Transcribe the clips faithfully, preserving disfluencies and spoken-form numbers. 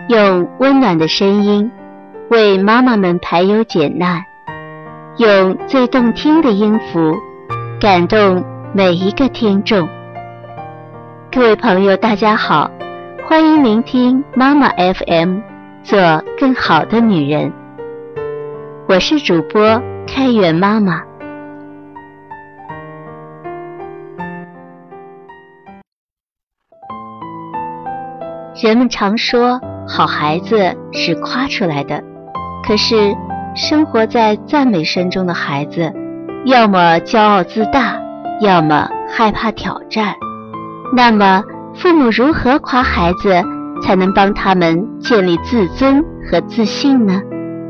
用温暖的声音为妈妈们排忧解难，用最动听的音符感动每一个听众。各位朋友大家好，欢迎聆听妈妈 F M， 做更好的女人。我是主播开元妈妈。人们常说好孩子是夸出来的，可是生活在赞美声中的孩子，要么骄傲自大，要么害怕挑战。那么父母如何夸孩子才能帮他们建立自尊和自信呢？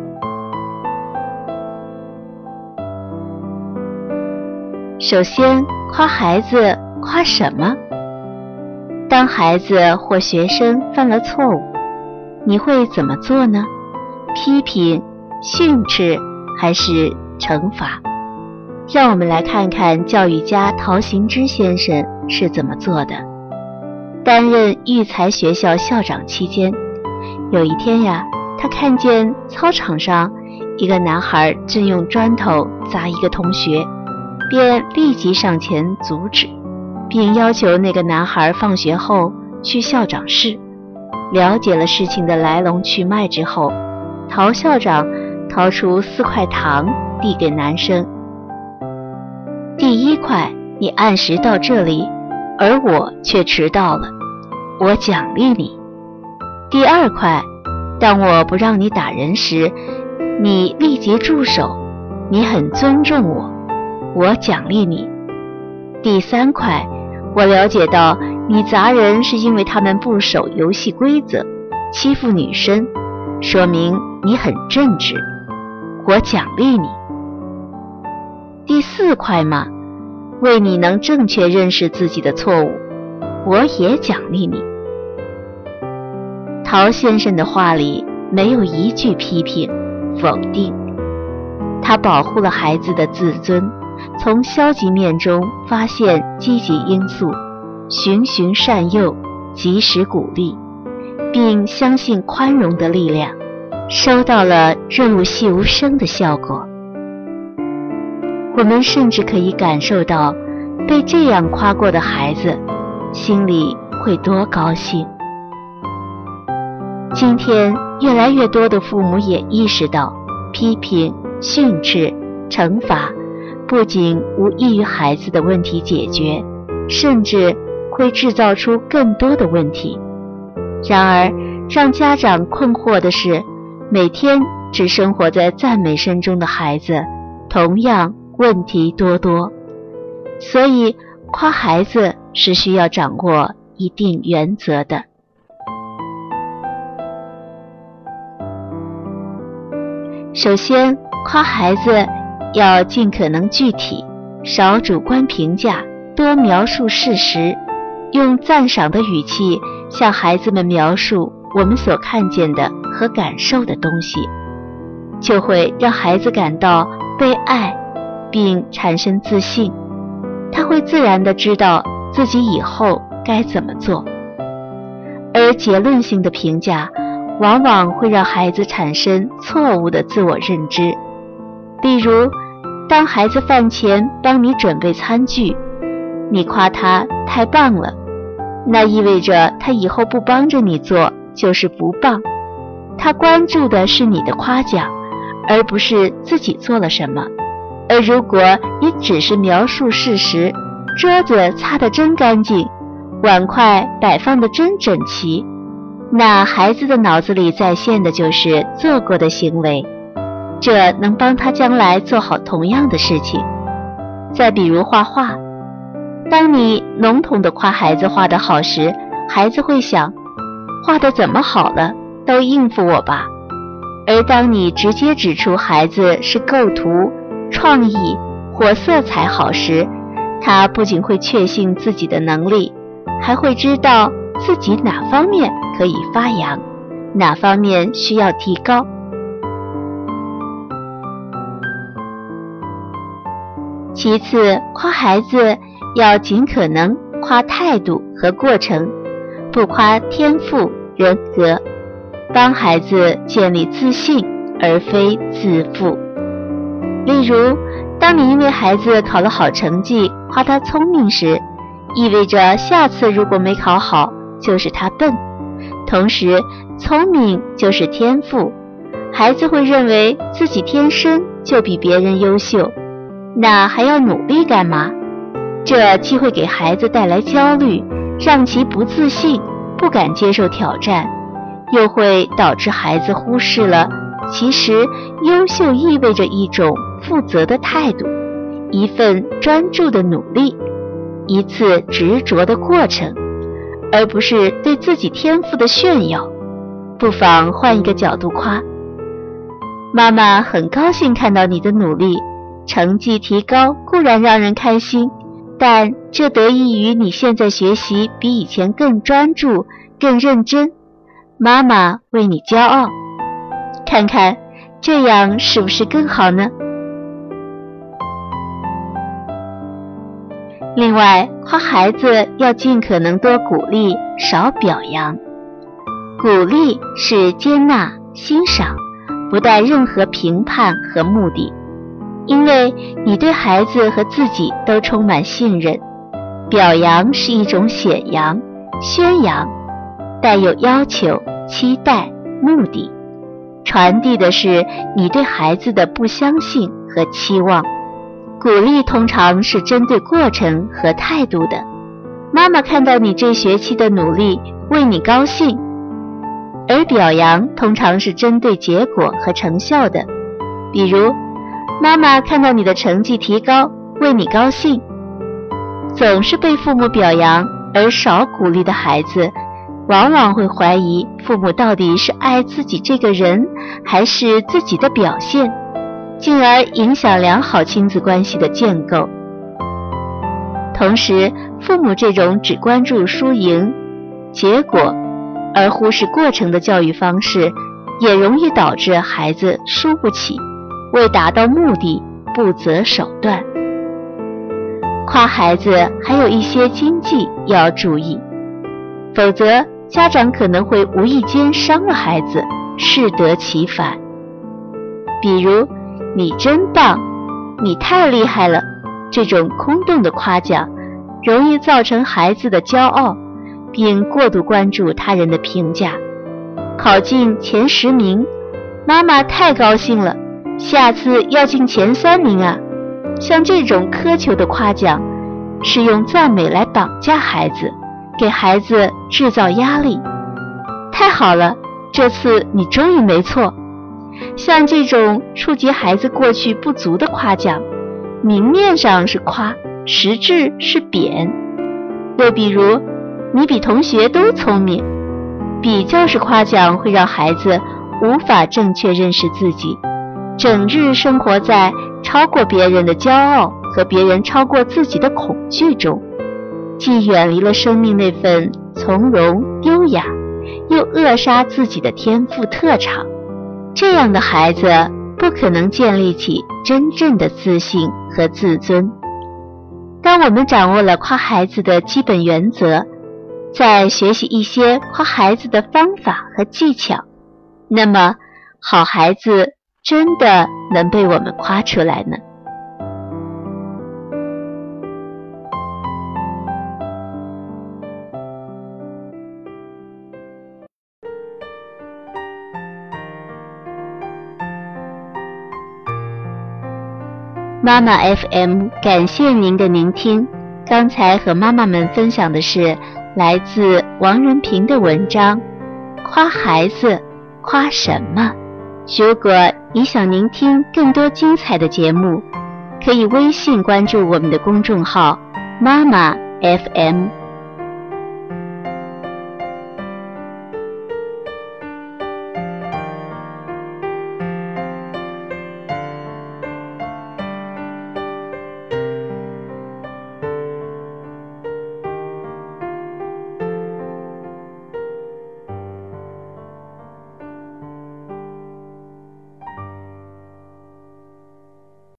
首先，夸孩子夸什么？当孩子或学生犯了错误，你会怎么做呢？批评、训斥还是惩罚？让我们来看看教育家陶行知先生是怎么做的。担任育才学校校长期间，有一天呀，他看见操场上一个男孩正用砖头砸一个同学，便立即上前阻止，并要求那个男孩放学后去校长室。了解了事情的来龙去脉之后，陶校长掏出四块糖递给男生。第一块，你按时到这里，而我却迟到了，我奖励你。第二块，当我不让你打人时，你立即住手，你很尊重我，我奖励你。第三块，我了解到你砸人是因为他们不守游戏规则，欺负女生，说明你很正直，我奖励你。第四块嘛，为你能正确认识自己的错误，我也奖励你。陶先生的话里没有一句批评、否定，他保护了孩子的自尊，从消极面中发现积极因素，循循善诱，及时鼓励，并相信宽容的力量，收到了润物细无声的效果。我们甚至可以感受到被这样夸过的孩子心里会多高兴。今天越来越多的父母也意识到，批评、训斥、惩罚不仅无益于孩子的问题解决，甚至会制造出更多的问题。然而，让家长困惑的是，每天只生活在赞美声中的孩子，同样问题多多。所以，夸孩子是需要掌握一定原则的。首先，夸孩子要尽可能具体，少主观评价，多描述事实，用赞赏的语气向孩子们描述我们所看见的和感受的东西，就会让孩子感到被爱，并产生自信。他会自然地知道自己以后该怎么做。而结论性的评价往往会让孩子产生错误的自我认知。例如，当孩子饭前帮你准备餐具，你夸他太棒了，那意味着他以后不帮着你做就是不棒。他关注的是你的夸奖，而不是自己做了什么。而如果你只是描述事实，桌子擦得真干净，碗筷摆放得真整齐，那孩子的脑子里再现的就是做过的行为，这能帮他将来做好同样的事情。再比如画画，当你笼统地夸孩子画得好时，孩子会想，画得怎么好了，都应付我吧。而当你直接指出孩子是构图、创意或色彩好时，他不仅会确信自己的能力，还会知道自己哪方面可以发扬，哪方面需要提高。其次，夸孩子要尽可能夸态度和过程，不夸天赋、人格。 帮孩子建立自信，而非自负。例如，当你因为孩子考了好成绩夸他聪明时，意味着下次如果没考好就是他笨，同时聪明就是天赋，孩子会认为自己天生就比别人优秀，那还要努力干嘛？这既会给孩子带来焦虑，让其不自信，不敢接受挑战，又会导致孩子忽视了其实优秀意味着一种负责的态度，一份专注的努力，一次执着的过程，而不是对自己天赋的炫耀。不妨换一个角度夸，妈妈很高兴看到你的努力，成绩提高固然让人开心，但这得益于你现在学习比以前更专注、更认真，妈妈为你骄傲。看看这样是不是更好呢？另外，夸孩子要尽可能多鼓励，少表扬。鼓励是接纳、欣赏，不带任何评判和目的，因为你对孩子和自己都充满信任。表扬是一种显扬、宣扬，带有要求、期待、目的，传递的是你对孩子的不相信和期望。鼓励通常是针对过程和态度的，妈妈看到你这学期的努力，为你高兴；而表扬通常是针对结果和成效的，比如妈妈看到你的成绩提高，为你高兴。总是被父母表扬而少鼓励的孩子，往往会怀疑父母到底是爱自己这个人，还是自己的表现，进而影响良好亲子关系的建构。同时，父母这种只关注输赢、结果，而忽视过程的教育方式，也容易导致孩子输不起，为达到目的不择手段。夸孩子还有一些禁忌要注意，否则家长可能会无意间伤了孩子，适得其反。比如你真棒，你太厉害了，这种空洞的夸奖容易造成孩子的骄傲，并过度关注他人的评价。考进前十名，妈妈太高兴了，下次要进前三名啊。像这种苛求的夸奖，是用赞美来绑架孩子，给孩子制造压力。太好了，这次你终于没错。像这种触及孩子过去不足的夸奖，明面上是夸，实质是贬。又比如，你比同学都聪明，比较式夸奖会让孩子无法正确认识自己，整日生活在超过别人的骄傲和别人超过自己的恐惧中，既远离了生命那份从容优雅，又扼杀自己的天赋特长。这样的孩子不可能建立起真正的自信和自尊。当我们掌握了夸孩子的基本原则，再学习一些夸孩子的方法和技巧，那么好孩子真的能被我们夸出来呢。妈妈 F M 感谢您的聆听。刚才和妈妈们分享的是来自王仁平的文章，夸孩子，夸什么？如果你想聆听更多精彩的节目，可以微信关注我们的公众号妈妈 F M。